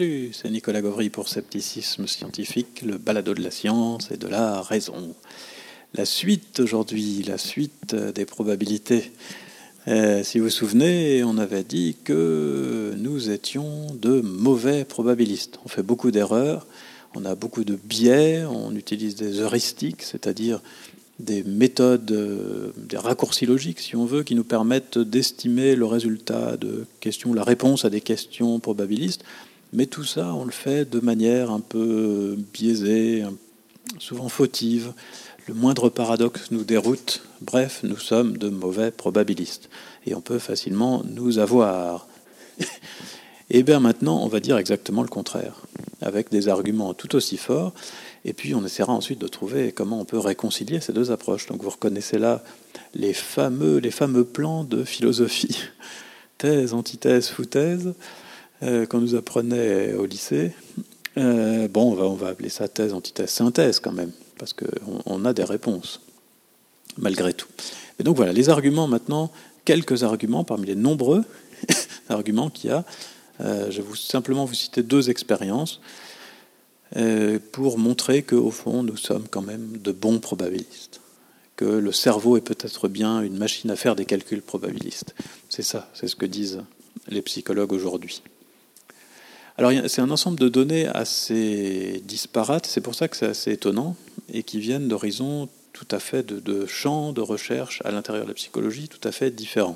Salut, c'est Nicolas Gauvry pour Scepticisme Scientifique, le balado de la science et de la raison. La suite aujourd'hui, la suite des probabilités. Si vous vous souvenez, on avait dit que nous étions de mauvais probabilistes. On fait beaucoup d'erreurs, on a beaucoup de biais, on utilise des heuristiques, c'est-à-dire des méthodes, des raccourcis logiques, si on veut, qui nous permettent d'estimer le résultat de questions, la réponse à des questions probabilistes. Mais tout ça, on le fait de manière un peu biaisée, souvent fautive. Le moindre paradoxe nous déroute. Bref, nous sommes de mauvais probabilistes. Et on peut facilement nous avoir. Et bien maintenant, on va dire exactement le contraire, avec des arguments tout aussi forts. Et puis on essaiera ensuite de trouver comment on peut réconcilier ces deux approches. Donc vous reconnaissez là les fameux plans de philosophie. Thèse, antithèse, foutaise, qu'on nous apprenait au lycée. On va appeler ça thèse, antithèse, synthèse quand même, parce qu'on a des réponses, malgré tout. Et donc voilà, les arguments maintenant, quelques arguments parmi les nombreux arguments qu'il y a. Je vais simplement vous citer deux expériences pour montrer qu'au fond, nous sommes quand même de bons probabilistes, que le cerveau est peut-être bien une machine à faire des calculs probabilistes. C'est ça, c'est ce que disent les psychologues aujourd'hui. Alors c'est un ensemble de données assez disparates, c'est pour ça que c'est assez étonnant, et qui viennent d'horizons tout à fait de champs de recherche à l'intérieur de la psychologie tout à fait différents.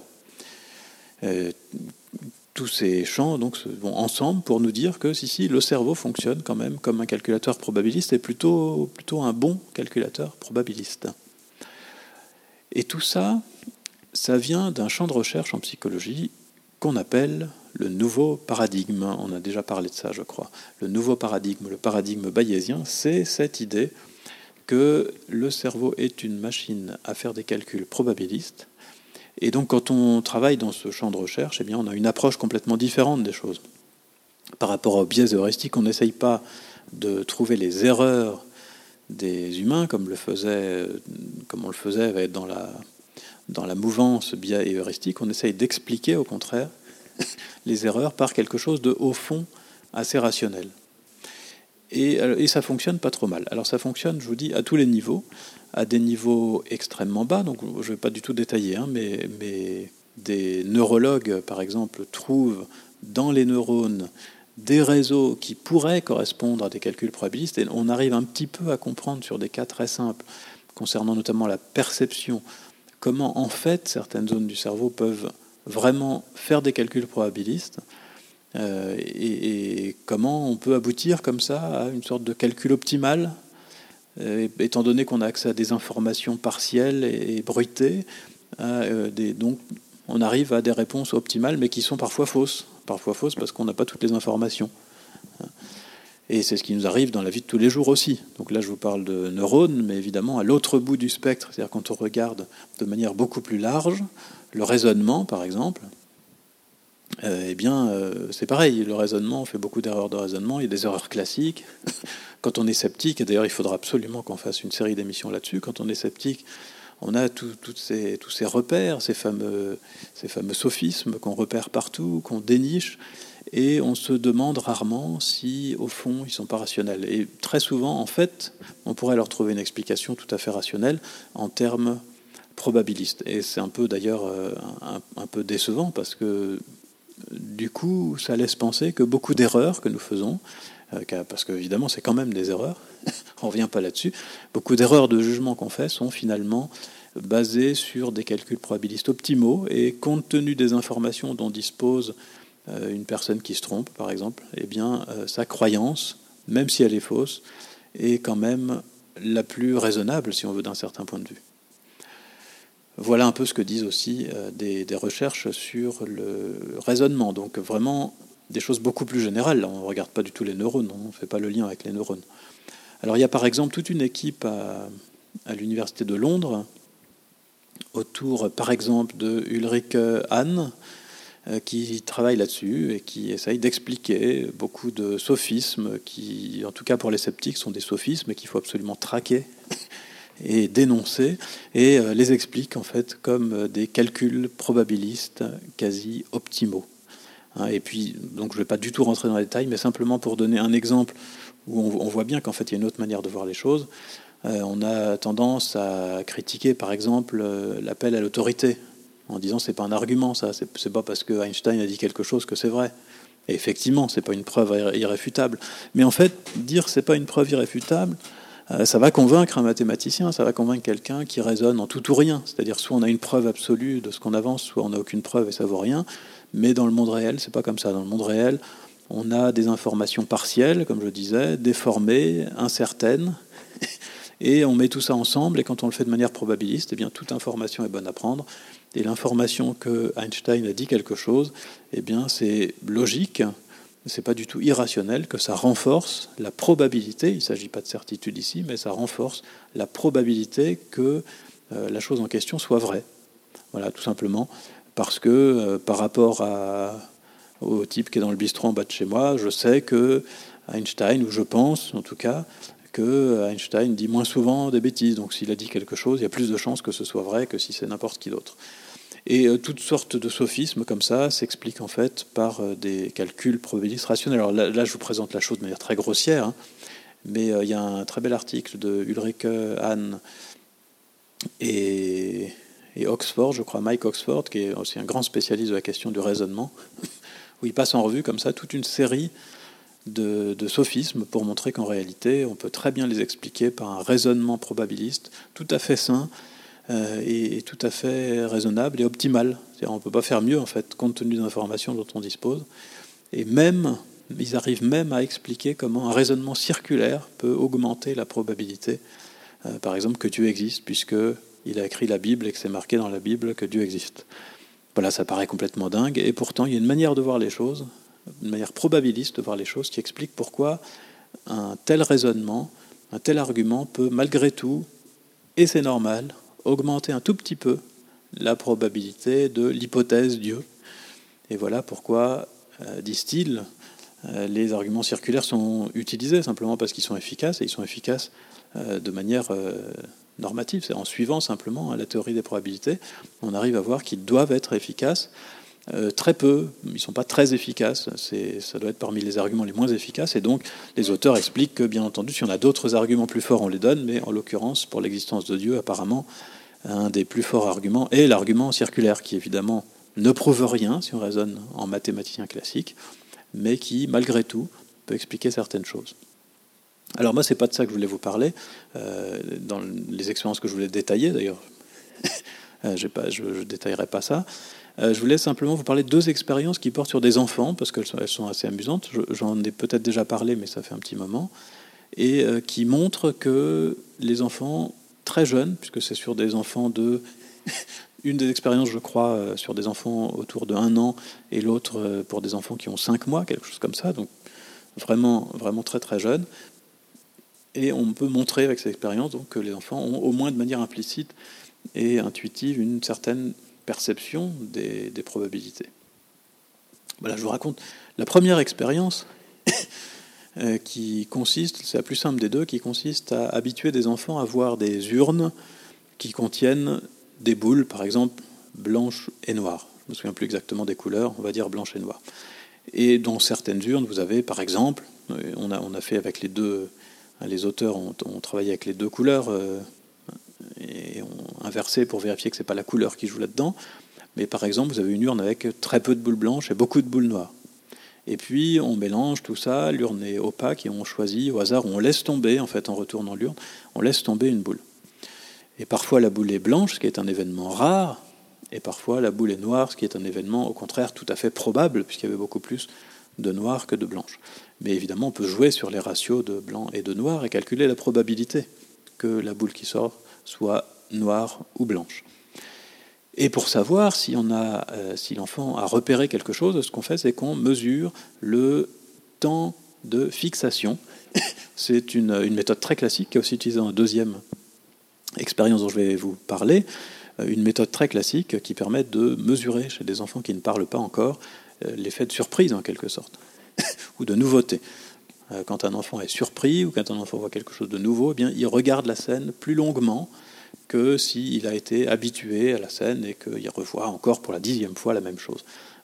Tous ces champs donc vont ensemble pour nous dire que si le cerveau fonctionne quand même comme un calculateur probabiliste et plutôt un bon calculateur probabiliste. Et tout ça, ça vient d'un champ de recherche en psychologie qu'on appelle le nouveau paradigme. On a déjà parlé de ça, je crois. Le nouveau paradigme, le paradigme bayésien, c'est cette idée que le cerveau est une machine à faire des calculs probabilistes. Et donc, quand on travaille dans ce champ de recherche, eh bien, on a une approche complètement différente des choses. Par rapport aux biais heuristiques, on n'essaye pas de trouver les erreurs des humains, comme on le faisait dans la mouvance biais et heuristique. On essaye d'expliquer, au contraire, les erreurs par quelque chose de, au fond, assez rationnel. Et ça fonctionne pas trop mal. Alors ça fonctionne, je vous dis, à tous les niveaux, à des niveaux extrêmement bas, donc je ne vais pas du tout détailler, mais des neurologues, par exemple, trouvent dans les neurones des réseaux qui pourraient correspondre à des calculs probabilistes, et on arrive un petit peu à comprendre sur des cas très simples, concernant notamment la perception, comment en fait certaines zones du cerveau peuvent vraiment faire des calculs probabilistes, et comment on peut aboutir comme ça à une sorte de calcul optimal, étant donné qu'on a accès à des informations partielles et bruitées, donc on arrive à des réponses optimales, mais qui sont parfois fausses parce qu'on n'a pas toutes les informations. Et c'est ce qui nous arrive dans la vie de tous les jours aussi. Donc là, je vous parle de neurones, mais évidemment, à l'autre bout du spectre, c'est-à-dire quand on regarde de manière beaucoup plus large, le raisonnement, par exemple, c'est pareil. Le raisonnement, on fait beaucoup d'erreurs de raisonnement, il y a des erreurs classiques. Quand on est sceptique, et d'ailleurs, il faudra absolument qu'on fasse une série d'émissions là-dessus, quand on est sceptique, on a tous ces repères, ces fameux sophismes qu'on repère partout, qu'on déniche, et on se demande rarement si, au fond, ils ne sont pas rationnels. Et très souvent, en fait, on pourrait leur trouver une explication tout à fait rationnelle en termes probabilistes. Et c'est un peu, d'ailleurs, un peu décevant, parce que, du coup, ça laisse penser que beaucoup d'erreurs que nous faisons, parce qu'évidemment, c'est quand même des erreurs, on ne revient pas là-dessus, beaucoup d'erreurs de jugement qu'on fait sont finalement basées sur des calculs probabilistes optimaux, et compte tenu des informations dont dispose une personne qui se trompe, par exemple, eh bien, sa croyance, même si elle est fausse, est quand même la plus raisonnable, si on veut, d'un certain point de vue. Voilà un peu ce que disent aussi des recherches sur le raisonnement. Donc vraiment des choses beaucoup plus générales. Là, on ne regarde pas du tout les neurones, on ne fait pas le lien avec les neurones. Alors il y a par exemple toute une équipe à l'université de Londres, autour par exemple de Ulrich Hahn, qui travaille là-dessus et qui essaye d'expliquer beaucoup de sophismes qui, en tout cas pour les sceptiques, sont des sophismes et qu'il faut absolument traquer et dénoncer, et les explique en fait comme des calculs probabilistes quasi optimaux. Et puis, donc je ne vais pas du tout rentrer dans les détails, mais simplement pour donner un exemple où on voit bien qu'en fait, il y a une autre manière de voir les choses. On a tendance à critiquer, par exemple, l'appel à l'autorité, en disant c'est pas un argument, ça, c'est pas parce que Einstein a dit quelque chose que c'est vrai. Et effectivement, c'est pas une preuve irréfutable. Mais en fait, dire c'est pas une preuve irréfutable, ça va convaincre un mathématicien, ça va convaincre quelqu'un qui raisonne en tout ou rien. C'est-à-dire soit on a une preuve absolue de ce qu'on avance, soit on n'a aucune preuve et ça vaut rien. Mais dans le monde réel, c'est pas comme ça. Dans le monde réel, on a des informations partielles, comme je disais, déformées, incertaines, et on met tout ça ensemble, et quand on le fait de manière probabiliste, eh bien, toute information est bonne à prendre. Et l'information que Einstein a dit quelque chose, eh bien, c'est logique, c'est pas du tout irrationnel, que ça renforce la probabilité, il ne s'agit pas de certitude ici, mais ça renforce la probabilité que la chose en question soit vraie. Voilà, tout simplement, parce que par rapport au type qui est dans le bistrot en bas de chez moi, je sais que Einstein, ou je pense en tout cas, que Einstein dit moins souvent des bêtises. Donc s'il a dit quelque chose, il y a plus de chances que ce soit vrai que si c'est n'importe qui d'autre. Et toutes sortes de sophismes comme ça s'expliquent en fait par des calculs probabilistes rationnels. Alors là, je vous présente la chose de manière très grossière, mais il y a un très bel article de Ulrike Hahn et Oxford, je crois, Mike Oxford, qui est aussi un grand spécialiste de la question du raisonnement, où il passe en revue comme ça toute une série de sophismes pour montrer qu'en réalité, on peut très bien les expliquer par un raisonnement probabiliste tout à fait sain et tout à fait raisonnable et optimal. C'est-à-dire, on ne peut pas faire mieux, en fait, compte tenu des informations dont on dispose. Et même, ils arrivent même à expliquer comment un raisonnement circulaire peut augmenter la probabilité, par exemple, que Dieu existe, puisqu'il a écrit la Bible et que c'est marqué dans la Bible que Dieu existe. Voilà, ça paraît complètement dingue, et pourtant, il y a une manière de voir les choses, une manière probabiliste de voir les choses, qui explique pourquoi un tel raisonnement, un tel argument peut malgré tout, et c'est normal, augmenter un tout petit peu la probabilité de l'hypothèse Dieu. Et voilà pourquoi, disent-ils, les arguments circulaires sont utilisés simplement parce qu'ils sont efficaces, et ils sont efficaces de manière normative, c'est en suivant simplement la théorie des probabilités, on arrive à voir qu'ils doivent être efficaces. Très peu, ils ne sont pas très efficaces, ça doit être parmi les arguments les moins efficaces, et donc les auteurs expliquent que, bien entendu, si on a d'autres arguments plus forts, on les donne, mais en l'occurrence, pour l'existence de Dieu, apparemment, un des plus forts arguments est l'argument circulaire, qui évidemment ne prouve rien, si on raisonne en mathématicien classique, mais qui, malgré tout, peut expliquer certaines choses. Alors moi, c'est pas de ça que je voulais vous parler, dans les expériences que je voulais détailler, d'ailleurs, je ne détaillerai pas ça. Je voulais simplement vous parler de deux expériences qui portent sur des enfants, parce qu'elles sont assez amusantes. J'en ai peut-être déjà parlé, mais ça fait un petit moment. Et qui montrent que les enfants très jeunes, puisque c'est sur des enfants de... Une des expériences, je crois, sur des enfants autour de 1 an, et l'autre pour des enfants qui ont 5 mois, quelque chose comme ça. Donc vraiment, vraiment très très jeunes. Et on peut montrer avec ces expériences donc, que les enfants ont, au moins de manière implicite et intuitive, une certaine perception des probabilités. Voilà, je vous raconte la première expérience qui consiste, c'est la plus simple des deux, qui consiste à habituer des enfants à voir des urnes qui contiennent des boules, par exemple, blanches et noires. Je ne me souviens plus exactement des couleurs, on va dire blanches et noires. Et dans certaines urnes, vous avez, par exemple, on a fait avec les deux, les auteurs ont travaillé avec les deux couleurs, et ont inversé pour vérifier que ce n'est pas la couleur qui joue là-dedans. Mais par exemple, vous avez une urne avec très peu de boules blanches et beaucoup de boules noires. Et puis, on mélange tout ça, l'urne est opaque, et on choisit au hasard, on laisse tomber, en fait, en retournant l'urne, on laisse tomber une boule. Et parfois, la boule est blanche, ce qui est un événement rare, et parfois, la boule est noire, ce qui est un événement, au contraire, tout à fait probable, puisqu'il y avait beaucoup plus de noir que de blanche. Mais évidemment, on peut jouer sur les ratios de blanc et de noir et calculer la probabilité que la boule qui sort soit noire ou blanche. Et pour savoir si l'enfant a repéré quelque chose, ce qu'on fait, c'est qu'on mesure le temps de fixation. C'est une méthode très classique qui est aussi utilisée dans la deuxième expérience dont je vais vous parler. Une méthode très classique qui permet de mesurer chez des enfants qui ne parlent pas encore l'effet de surprise en quelque sorte, ou de nouveauté. Quand un enfant est surpris ou quand un enfant voit quelque chose de nouveau, eh bien, il regarde la scène plus longuement que s'il a été habitué à la scène et qu'il revoit encore pour la 10e fois la même chose.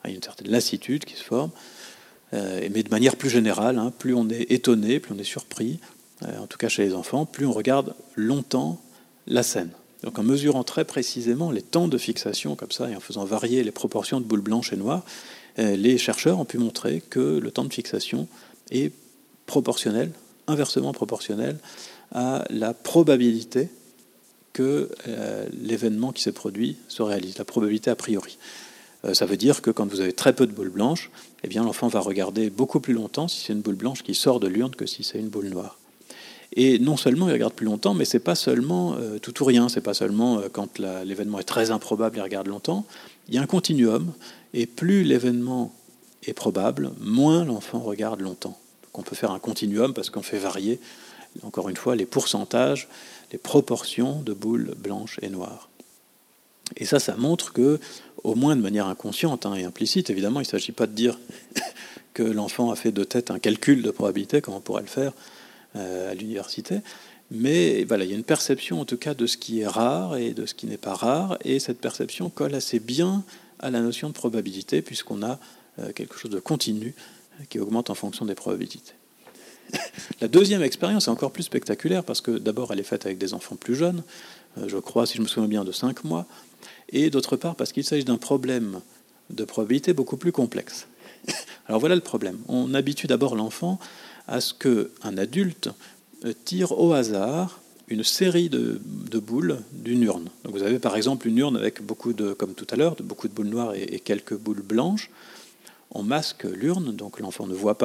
Il y a une certaine lassitude qui se forme, mais de manière plus générale, plus on est étonné, plus on est surpris, en tout cas chez les enfants, plus on regarde longtemps la scène. Donc en mesurant très précisément les temps de fixation, comme ça, et en faisant varier les proportions de boules blanches et noires, les chercheurs ont pu montrer que le temps de fixation est proportionnel, inversement proportionnel à la probabilité que l'événement qui s'est produit se réalise, la probabilité a priori. Ça veut dire que quand vous avez très peu de boules blanches, eh bien l'enfant va regarder beaucoup plus longtemps si c'est une boule blanche qui sort de l'urne que si c'est une boule noire. Et non seulement il regarde plus longtemps, mais c'est pas seulement tout ou rien, c'est pas seulement quand l'événement est très improbable, il regarde longtemps. Il y a un continuum, et plus l'événement est probable, moins l'enfant regarde longtemps. Donc on peut faire un continuum parce qu'on fait varier, encore une fois, les pourcentages, les proportions de boules blanches et noires. Et ça montre que, au moins de manière inconsciente et implicite, évidemment, il ne s'agit pas de dire que l'enfant a fait de tête un calcul de probabilité, comme on pourrait le faire à l'université, mais voilà, il y a une perception en tout cas de ce qui est rare et de ce qui n'est pas rare, et cette perception colle assez bien à la notion de probabilité, puisqu'on a quelque chose de continu qui augmente en fonction des probabilités. La deuxième expérience est encore plus spectaculaire, parce que d'abord elle est faite avec des enfants plus jeunes, je crois, si je me souviens bien, de 5 mois, et d'autre part parce qu'il s'agit d'un problème de probabilité beaucoup plus complexe. Alors voilà le problème. On habitue d'abord l'enfant à ce qu'un adulte tire au hasard une série de boules d'une urne. Donc vous avez par exemple une urne avec beaucoup de, comme tout à l'heure, beaucoup de boules noires et quelques boules blanches. On masque l'urne, donc l'enfant ne voit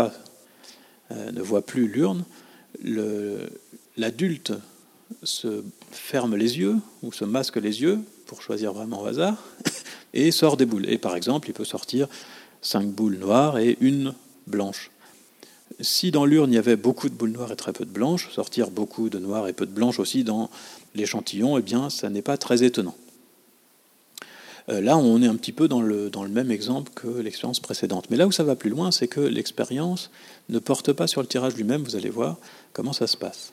plus l'urne. L'adulte se ferme les yeux ou se masque les yeux pour choisir vraiment au hasard et sort des boules. Et par exemple, il peut sortir 5 boules noires et une blanche. Si dans l'urne il y avait beaucoup de boules noires et très peu de blanches, sortir beaucoup de noires et peu de blanches aussi dans l'échantillon, eh bien, ça n'est pas très étonnant. Là, on est un petit peu dans le même exemple que l'expérience précédente. Mais là où ça va plus loin, c'est que l'expérience ne porte pas sur le tirage lui-même. Vous allez voir comment ça se passe.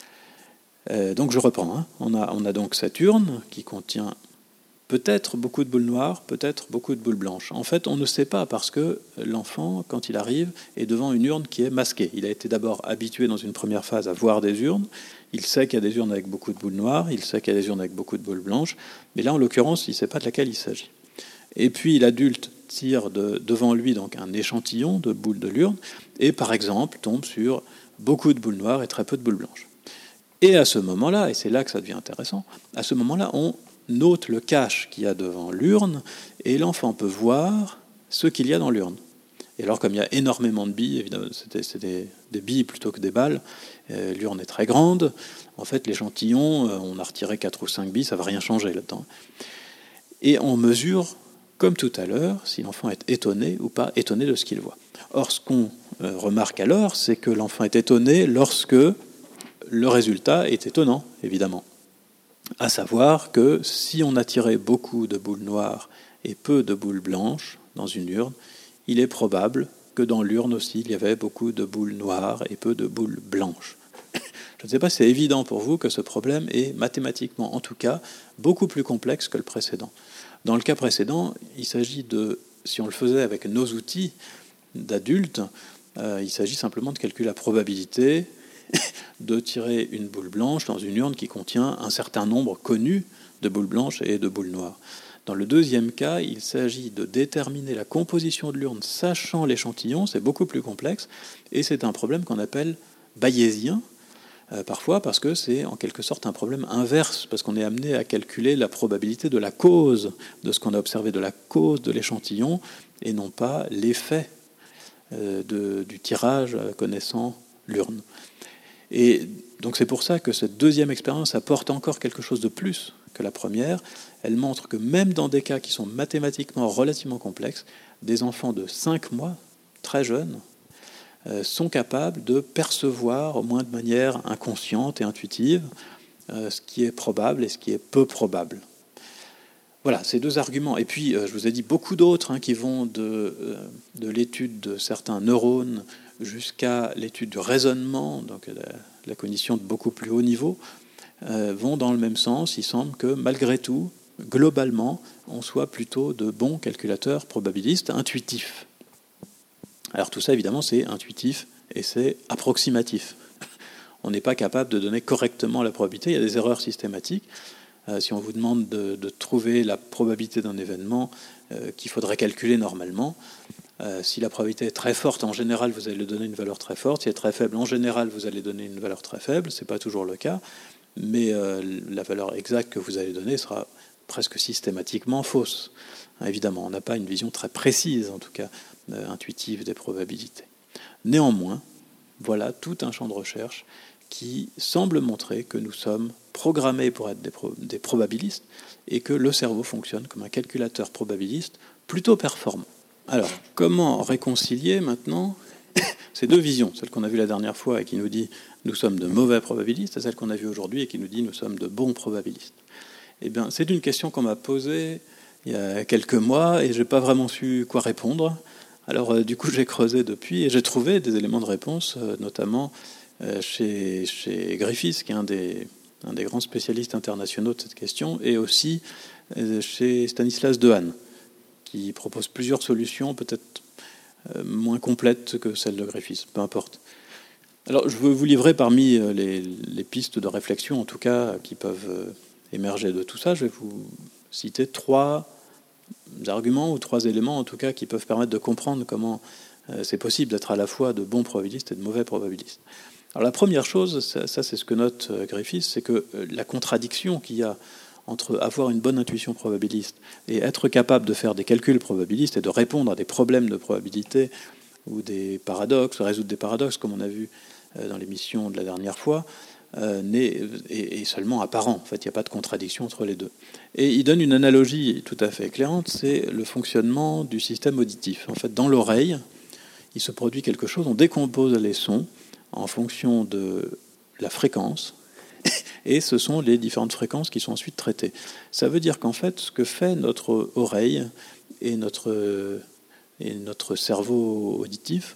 Donc je reprends. On a donc cette urne qui contient peut-être beaucoup de boules noires, peut-être beaucoup de boules blanches. En fait, on ne sait pas parce que l'enfant, quand il arrive, est devant une urne qui est masquée. Il a été d'abord habitué dans une première phase à voir des urnes. Il sait qu'il y a des urnes avec beaucoup de boules noires, il sait qu'il y a des urnes avec beaucoup de boules blanches. Mais là, en l'occurrence, il ne sait pas de laquelle il s'agit. Et puis l'adulte tire devant lui donc un échantillon de boules de l'urne et, par exemple, tombe sur beaucoup de boules noires et très peu de boules blanches. Et à ce moment-là, et c'est là que ça devient intéressant, à ce moment-là, on note le cache qu'il y a devant l'urne et l'enfant peut voir ce qu'il y a dans l'urne. Et alors, comme il y a énormément de billes, évidemment, c'est des billes plutôt que des balles, l'urne est très grande. En fait, l'échantillon, on a retiré 4 ou 5 billes, ça ne va rien changer là-dedans. Et on mesure, comme tout à l'heure, si l'enfant est étonné ou pas étonné de ce qu'il voit. Or, ce qu'on remarque alors, c'est que l'enfant est étonné lorsque le résultat est étonnant, évidemment. À savoir que si on a tiré beaucoup de boules noires et peu de boules blanches dans une urne, il est probable que dans l'urne aussi, il y avait beaucoup de boules noires et peu de boules blanches. Je ne sais pas si c'est évident pour vous que ce problème est mathématiquement, en tout cas, beaucoup plus complexe que le précédent. Dans le cas précédent, il s'agit de, si on le faisait avec nos outils d'adultes, il s'agit simplement de calculer la probabilité de tirer une boule blanche dans une urne qui contient un certain nombre connu de boules blanches et de boules noires. Dans le deuxième cas, il s'agit de déterminer la composition de l'urne sachant l'échantillon, c'est beaucoup plus complexe, et c'est un problème qu'on appelle bayésien, parfois parce que c'est en quelque sorte un problème inverse, parce qu'on est amené à calculer la probabilité de la cause de ce qu'on a observé, de la cause de l'échantillon, et non pas l'effet du tirage connaissant l'urne. Et donc c'est pour ça que cette deuxième expérience apporte encore quelque chose de plus que la première. Elle montre que même dans des cas qui sont mathématiquement relativement complexes, des enfants de 5 mois, très jeunes, sont capables de percevoir, au moins de manière inconsciente et intuitive, ce qui est probable et ce qui est peu probable. Voilà, ces deux arguments. Et puis, je vous ai dit beaucoup d'autres qui vont de l'étude de certains neurones jusqu'à l'étude du raisonnement, donc la cognition de beaucoup plus haut niveau, vont dans le même sens. Il semble que, malgré tout, globalement, on soit plutôt de bons calculateurs probabilistes intuitifs. Alors tout ça, évidemment, c'est intuitif et c'est approximatif. On n'est pas capable de donner correctement la probabilité. Il y a des erreurs systématiques. Si on vous demande de trouver la probabilité d'un événement qu'il faudrait calculer normalement, si la probabilité est très forte, en général, vous allez donner une valeur très forte. Si elle est très faible, en général, vous allez donner une valeur très faible. Ce n'est pas toujours le cas. Mais la valeur exacte que vous allez donner sera presque systématiquement fausse. Évidemment, on n'a pas une vision très précise, en tout cas intuitive, des probabilités. Néanmoins, voilà tout un champ de recherche qui semble montrer que nous sommes programmés pour être des probabilistes et que le cerveau fonctionne comme un calculateur probabiliste plutôt performant. Alors, comment réconcilier maintenant ces deux visions, celle qu'on a vue la dernière fois et qui nous dit nous sommes de mauvais probabilistes, et celle qu'on a vue aujourd'hui et qui nous dit nous sommes de bons probabilistes? Eh bien, c'est une question qu'on m'a posée il y a quelques mois et je n'ai pas vraiment su quoi répondre. Alors, du coup, j'ai creusé depuis et j'ai trouvé des éléments de réponse, notamment chez Griffiths, qui est un des grands spécialistes internationaux de cette question, et aussi chez Stanislas Dehaene, qui propose plusieurs solutions, peut-être moins complètes que celles de Griffiths, peu importe. Alors, je veux vous livrer parmi les pistes de réflexion, en tout cas, qui peuvent émerger de tout ça. Je vais vous citer 3 arguments ou 3 éléments, en tout cas, qui peuvent permettre de comprendre comment c'est possible d'être à la fois de bons probabilistes et de mauvais probabilistes. Alors, la première chose, ça c'est ce que note Griffiths, c'est que la contradiction qu'il y a entre avoir une bonne intuition probabiliste et être capable de faire des calculs probabilistes et de répondre à des problèmes de probabilité ou des paradoxes, résoudre des paradoxes, comme on a vu dans l'émission de la dernière fois, est seulement apparent. En fait, il n'y a pas de contradiction entre les deux. Et il donne une analogie tout à fait éclairante, c'est le fonctionnement du système auditif. En fait, dans l'oreille, il se produit quelque chose, on décompose les sons en fonction de la fréquence, et ce sont les différentes fréquences qui sont ensuite traitées. Ça veut dire qu'en fait, ce que fait notre oreille et notre cerveau auditif,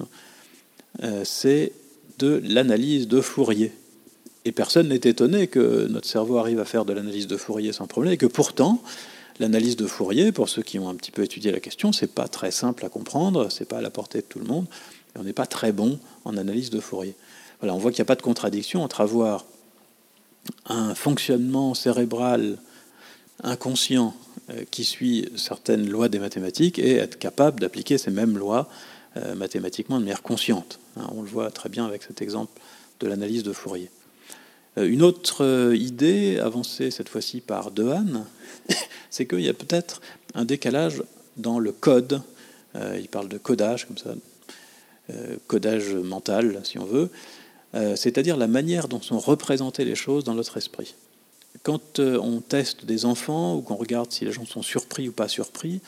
c'est de l'analyse de Fourier. Et personne n'est étonné que notre cerveau arrive à faire de l'analyse de Fourier sans problème, et que pourtant, l'analyse de Fourier, pour ceux qui ont un petit peu étudié la question, c'est pas très simple à comprendre, c'est pas à la portée de tout le monde, et on n'est pas très bon en analyse de Fourier. Voilà, on voit qu'il n'y a pas de contradiction entre avoir un fonctionnement cérébral inconscient qui suit certaines lois des mathématiques et être capable d'appliquer ces mêmes lois mathématiquement de manière consciente. On le voit très bien avec cet exemple de l'analyse de Fourier. Une autre idée, avancée cette fois-ci par Dehaene, c'est qu'il y a peut-être un décalage dans le code. Il parle de codage, comme ça, codage mental, si on veut, c'est-à-dire la manière dont sont représentées les choses dans notre esprit. Quand on teste des enfants ou qu'on regarde si les gens sont surpris ou pas surpris,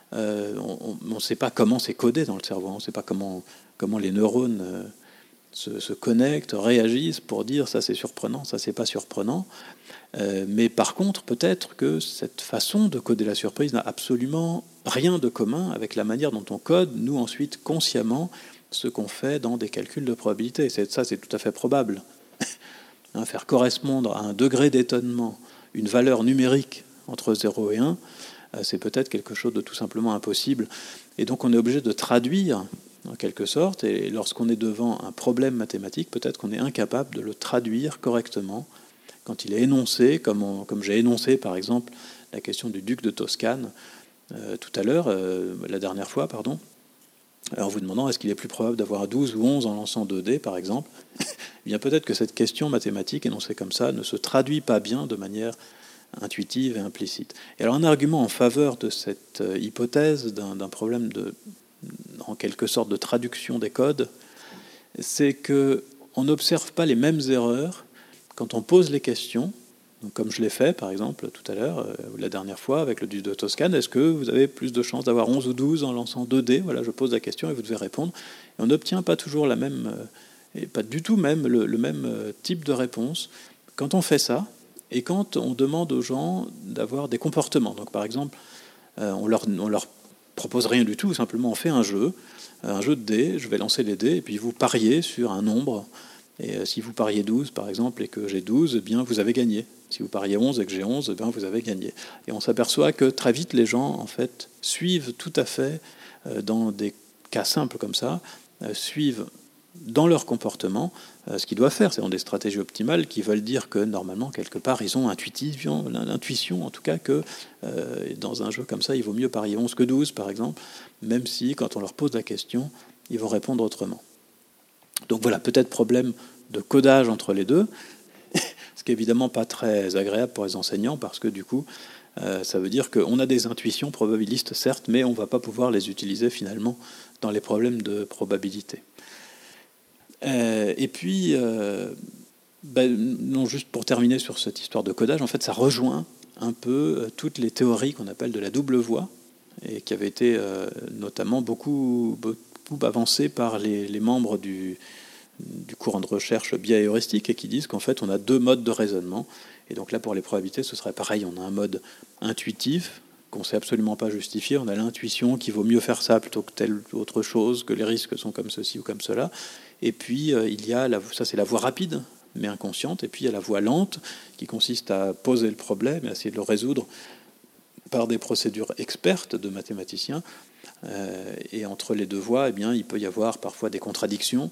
on ne sait pas comment c'est codé dans le cerveau, on ne sait pas comment les neurones se connectent, réagissent pour dire ça c'est surprenant, ça c'est pas surprenant. Mais par contre, peut-être que cette façon de coder la surprise n'a absolument rien de commun avec la manière dont on code, nous ensuite consciemment, ce qu'on fait dans des calculs de probabilité. Ça, c'est tout à fait probable. Faire correspondre à un degré d'étonnement une valeur numérique entre 0 et 1, c'est peut-être quelque chose de tout simplement impossible. Et donc on est obligé de traduire, en quelque sorte, et lorsqu'on est devant un problème mathématique, peut-être qu'on est incapable de le traduire correctement quand il est énoncé, comme j'ai énoncé par exemple la question du duc de Toscane tout à l'heure, la dernière fois, pardon, en vous demandant est-ce qu'il est plus probable d'avoir 12 ou 11 en lançant 2 dés, par exemple. Eh bien, peut-être que cette question mathématique énoncée comme ça ne se traduit pas bien de manière intuitive et implicite. Et alors, un argument en faveur de cette hypothèse d'un problème en quelque sorte de traduction des codes, c'est qu'on n'observe pas les mêmes erreurs quand on pose les questions. Donc, comme je l'ai fait, par exemple, tout à l'heure, la dernière fois, avec le duc de Toscane, est-ce que vous avez plus de chances d'avoir 11 ou 12 en lançant 2 dés? Voilà, je pose la question et vous devez répondre. Et on n'obtient pas toujours la même, et pas du tout même le même type de réponse quand on fait ça et quand on demande aux gens d'avoir des comportements. Donc, par exemple, on leur propose rien du tout, simplement on fait un jeu de dés, je vais lancer les dés, et puis vous pariez sur un nombre Et si vous pariez 12, par exemple, et que j'ai 12, eh bien, vous avez gagné. Si vous pariez 11 et que j'ai 11, eh bien, vous avez gagné. Et on s'aperçoit que très vite, les gens, en fait, suivent tout à fait, dans des cas simples comme ça, suivent dans leur comportement ce qu'ils doivent faire. C'est dans des stratégies optimales qui veulent dire que, normalement, quelque part, ils ont l'intuition, en tout cas, que dans un jeu comme ça, il vaut mieux parier 11 que 12, par exemple, même si, quand on leur pose la question, ils vont répondre autrement. Donc voilà, peut-être problème de codage entre les deux, ce qui est évidemment pas très agréable pour les enseignants, parce que du coup, ça veut dire qu'on a des intuitions probabilistes, certes, mais on ne va pas pouvoir les utiliser finalement dans les problèmes de probabilité. Et puis, non, juste pour terminer sur cette histoire de codage, en fait, ça rejoint un peu toutes les théories qu'on appelle de la double voie, et qui avaient été notamment beaucoup avancées par les membres du courant de recherche biais et heuristique, et qui disent qu'en fait, on a deux modes de raisonnement. Et donc là, pour les probabilités, ce serait pareil. On a un mode intuitif qu'on ne sait absolument pas justifier. On a l'intuition qu'il vaut mieux faire ça plutôt que telle autre chose, que les risques sont comme ceci ou comme cela. Et puis, il y a, ça c'est la voie rapide, mais inconsciente. Et puis, il y a la voie lente, qui consiste à poser le problème et à essayer de le résoudre par des procédures expertes de mathématiciens. Et entre les deux voies, eh bien, il peut y avoir parfois des contradictions.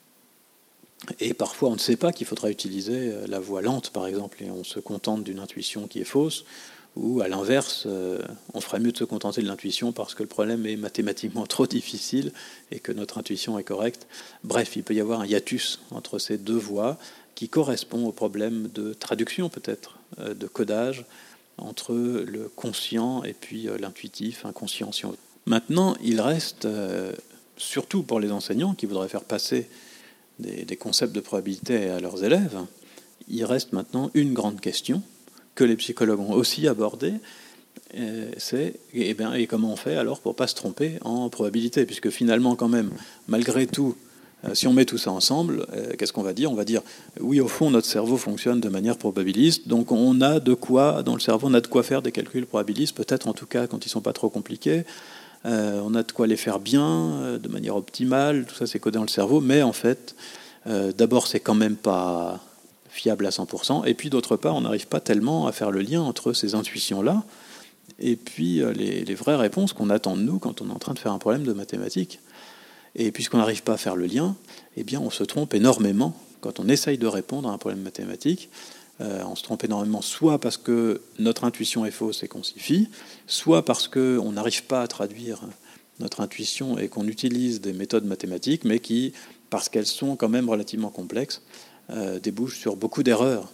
Et parfois, on ne sait pas qu'il faudra utiliser la voie lente, par exemple, et on se contente d'une intuition qui est fausse, ou à l'inverse, on ferait mieux de se contenter de l'intuition parce que le problème est mathématiquement trop difficile et que notre intuition est correcte. Bref, il peut y avoir un hiatus entre ces deux voies qui correspond au problème de traduction, peut-être, de codage, entre le conscient et puis l'intuitif, inconscient. Maintenant, il reste, surtout pour les enseignants qui voudraient faire passer des concepts de probabilité à leurs élèves, il reste maintenant une grande question que les psychologues ont aussi abordée, c'est et comment on fait alors pour ne pas se tromper en probabilité, puisque finalement quand même, malgré tout, si on met tout ça ensemble, qu'est-ce qu'on va dire ? On va dire, oui, au fond, notre cerveau fonctionne de manière probabiliste, donc on a de quoi, dans le cerveau, on a de quoi faire des calculs probabilistes, peut-être en tout cas quand ils ne sont pas trop compliqués, on a de quoi les faire bien, de manière optimale, tout ça c'est codé dans le cerveau, mais en fait, d'abord c'est quand même pas fiable à 100%, et puis d'autre part, on n'arrive pas tellement à faire le lien entre ces intuitions-là et puis les vraies réponses qu'on attend de nous quand on est en train de faire un problème de mathématiques. Et puisqu'on n'arrive pas à faire le lien, eh bien on se trompe énormément quand on essaye de répondre à un problème mathématique. On se trompe énormément, soit parce que notre intuition est fausse et qu'on s'y fie, soit parce qu'on n'arrive pas à traduire notre intuition et qu'on utilise des méthodes mathématiques, mais qui, parce qu'elles sont quand même relativement complexes, débouchent sur beaucoup d'erreurs.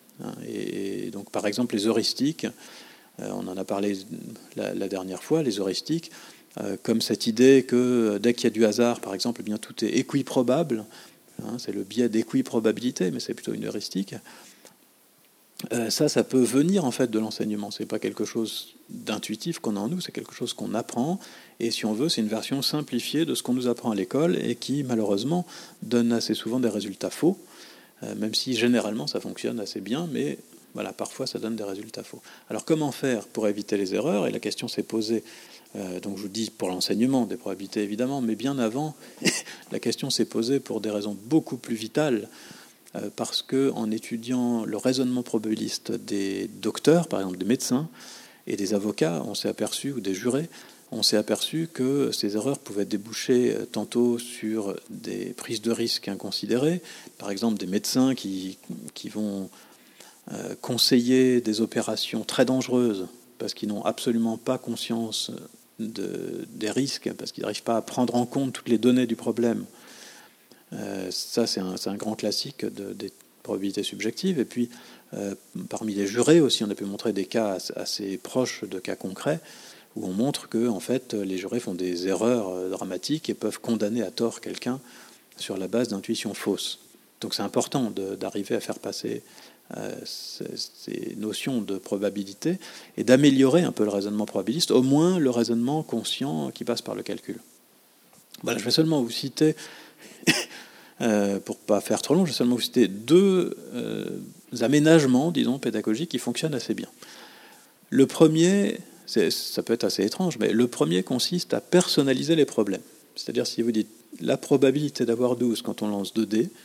Et donc, par exemple, les heuristiques, on en a parlé la dernière fois, les heuristiques, comme cette idée que dès qu'il y a du hasard, par exemple, eh bien, tout est équiprobable. C'est le biais d'équiprobabilité, mais c'est plutôt une heuristique. Ça peut venir en fait de l'enseignement. C'est pas quelque chose d'intuitif qu'on a en nous, c'est quelque chose qu'on apprend. Et si on veut, c'est une version simplifiée de ce qu'on nous apprend à l'école et qui malheureusement donne assez souvent des résultats faux, même si généralement ça fonctionne assez bien, mais voilà, parfois ça donne des résultats faux. Alors comment faire pour éviter les erreurs ? Et la question s'est posée, donc je vous dis pour l'enseignement des probabilités évidemment, mais bien avant, la question s'est posée pour des raisons beaucoup plus vitales. Parce qu'en étudiant le raisonnement probabiliste des docteurs, par exemple des médecins et des avocats, on s'est aperçu, ou des jurés, on s'est aperçu que ces erreurs pouvaient déboucher tantôt sur des prises de risques inconsidérées, par exemple des médecins qui vont conseiller des opérations très dangereuses parce qu'ils n'ont absolument pas conscience des risques, parce qu'ils n'arrivent pas à prendre en compte toutes les données du problème. Ça, c'est un grand classique des probabilités subjectives. Et puis, parmi les jurés aussi, on a pu montrer des cas assez proches de cas concrets où on montre que, en fait, les jurés font des erreurs dramatiques et peuvent condamner à tort quelqu'un sur la base d'intuitions fausses. Donc, c'est important d'arriver à faire passer ces notions de probabilité et d'améliorer un peu le raisonnement probabiliste, au moins le raisonnement conscient qui passe par le calcul. Voilà, je vais seulement vous citer... pour ne pas faire trop long, je vais seulement vous citer deux aménagements, disons, pédagogiques qui fonctionnent assez bien. Le premier, ça peut être assez étrange, mais le premier consiste à personnaliser les problèmes. C'est-à-dire, si vous dites la probabilité d'avoir 12 quand on lance 2 dés,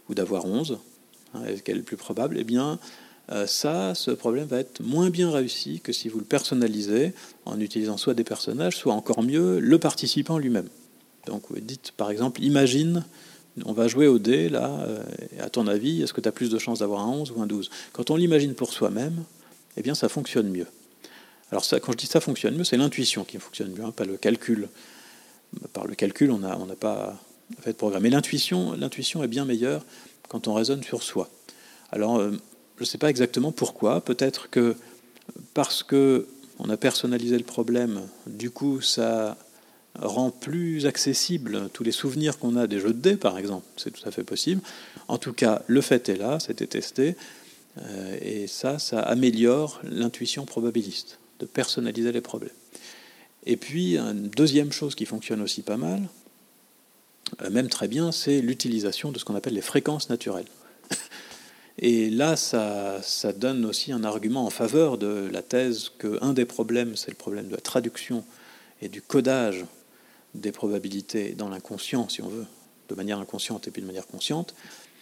ou d'avoir 11, quel est le plus probable, eh bien, ce problème va être moins bien réussi que si vous le personnalisez en utilisant soit des personnages, soit encore mieux, le participant lui-même. Donc vous dites, par exemple, imagine, on va jouer au dé, là, à ton avis, est-ce que tu as plus de chances d'avoir un 11 ou un 12 ? Quand on l'imagine pour soi-même, eh bien, ça fonctionne mieux. Alors ça, quand je dis ça fonctionne mieux, c'est l'intuition qui fonctionne mieux, pas le calcul. Par le calcul, on n'a pas fait de programme. Mais l'intuition est bien meilleure quand on raisonne sur soi. Alors, je ne sais pas exactement pourquoi. Peut-être que parce qu'on a personnalisé le problème, du coup, ça rend plus accessible tous les souvenirs qu'on a des jeux de dés, par exemple. C'est tout à fait possible. En tout cas, le fait est là, c'était testé. Et ça améliore l'intuition probabiliste, de personnaliser les problèmes. Et puis, une deuxième chose qui fonctionne aussi pas mal, même très bien, c'est l'utilisation de ce qu'on appelle les fréquences naturelles. Et là, ça donne aussi un argument en faveur de la thèse qu'un des problèmes, c'est le problème de la traduction et du codage des probabilités dans l'inconscient, si on veut, de manière inconsciente et puis de manière consciente.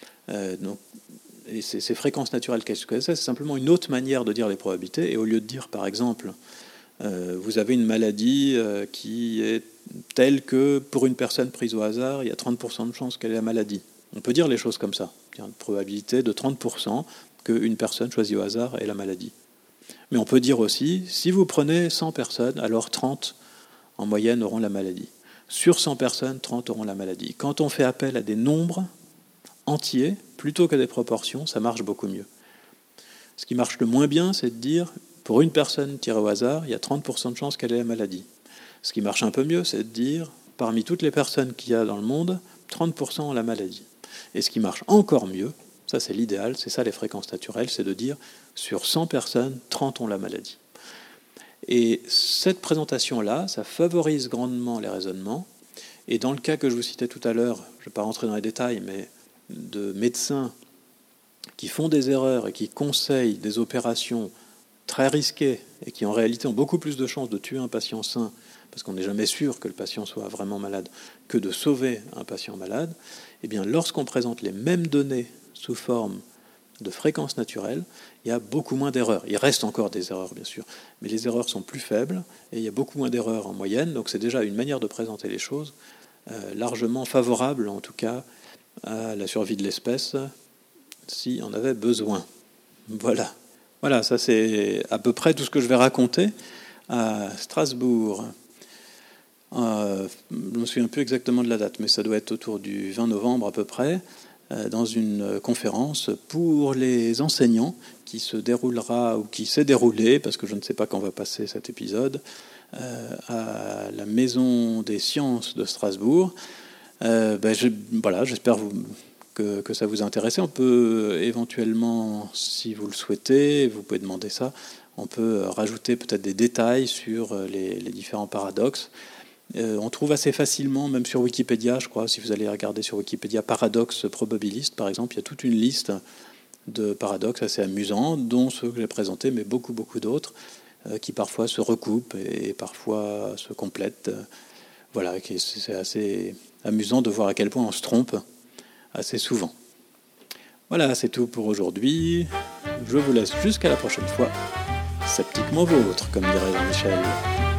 Et ces fréquences naturelles, qu'est-ce que c'est ? C'est simplement une autre manière de dire les probabilités. Et au lieu de dire, par exemple, vous avez une maladie qui est telle que pour une personne prise au hasard, il y a 30% de chances qu'elle ait la maladie. On peut dire les choses comme ça. Il y a une probabilité de 30% qu'une personne choisie au hasard ait la maladie. Mais on peut dire aussi, si vous prenez 100 personnes, alors 30 en moyenne auront la maladie. Sur 100 personnes, 30 auront la maladie. Quand on fait appel à des nombres entiers, plutôt que des proportions, ça marche beaucoup mieux. Ce qui marche le moins bien, c'est de dire, pour une personne tirée au hasard, il y a 30% de chances qu'elle ait la maladie. Ce qui marche un peu mieux, c'est de dire, parmi toutes les personnes qu'il y a dans le monde, 30% ont la maladie. Et ce qui marche encore mieux, ça c'est l'idéal, c'est ça les fréquences naturelles, c'est de dire, sur 100 personnes, 30 ont la maladie. Et cette présentation-là, ça favorise grandement les raisonnements. Et dans le cas que je vous citais tout à l'heure, je ne vais pas rentrer dans les détails, mais de médecins qui font des erreurs et qui conseillent des opérations très risquées et qui en réalité ont beaucoup plus de chances de tuer un patient sain, parce qu'on n'est jamais sûr que le patient soit vraiment malade, que de sauver un patient malade, eh bien lorsqu'on présente les mêmes données sous forme de fréquences naturelles, il y a beaucoup moins d'erreurs. Il reste encore des erreurs, bien sûr, mais les erreurs sont plus faibles et il y a beaucoup moins d'erreurs en moyenne, donc c'est déjà une manière de présenter les choses largement favorable, en tout cas, à la survie de l'espèce, si on avait besoin. Voilà, ça c'est à peu près tout ce que je vais raconter à Strasbourg. Je ne me souviens plus exactement de la date, mais ça doit être autour du 20 novembre à peu près, dans une conférence pour les enseignants qui se déroulera, ou qui s'est déroulée, parce que je ne sais pas quand va passer cet épisode, à la Maison des Sciences de Strasbourg. J'espère que ça vous intéresse. On peut éventuellement, si vous le souhaitez, vous pouvez demander ça, on peut rajouter peut-être des détails sur les différents paradoxes. On trouve assez facilement, même sur Wikipédia, je crois, si vous allez regarder sur Wikipédia, paradoxes probabilistes, par exemple, il y a toute une liste de paradoxes assez amusants, dont ceux que j'ai présentés, mais beaucoup d'autres, qui parfois se recoupent et parfois se complètent. Voilà, c'est assez amusant de voir à quel point on se trompe assez souvent. Voilà, c'est tout pour aujourd'hui. Je vous laisse jusqu'à la prochaine fois. Sceptiquement vôtre, comme dirait Jean-Michel.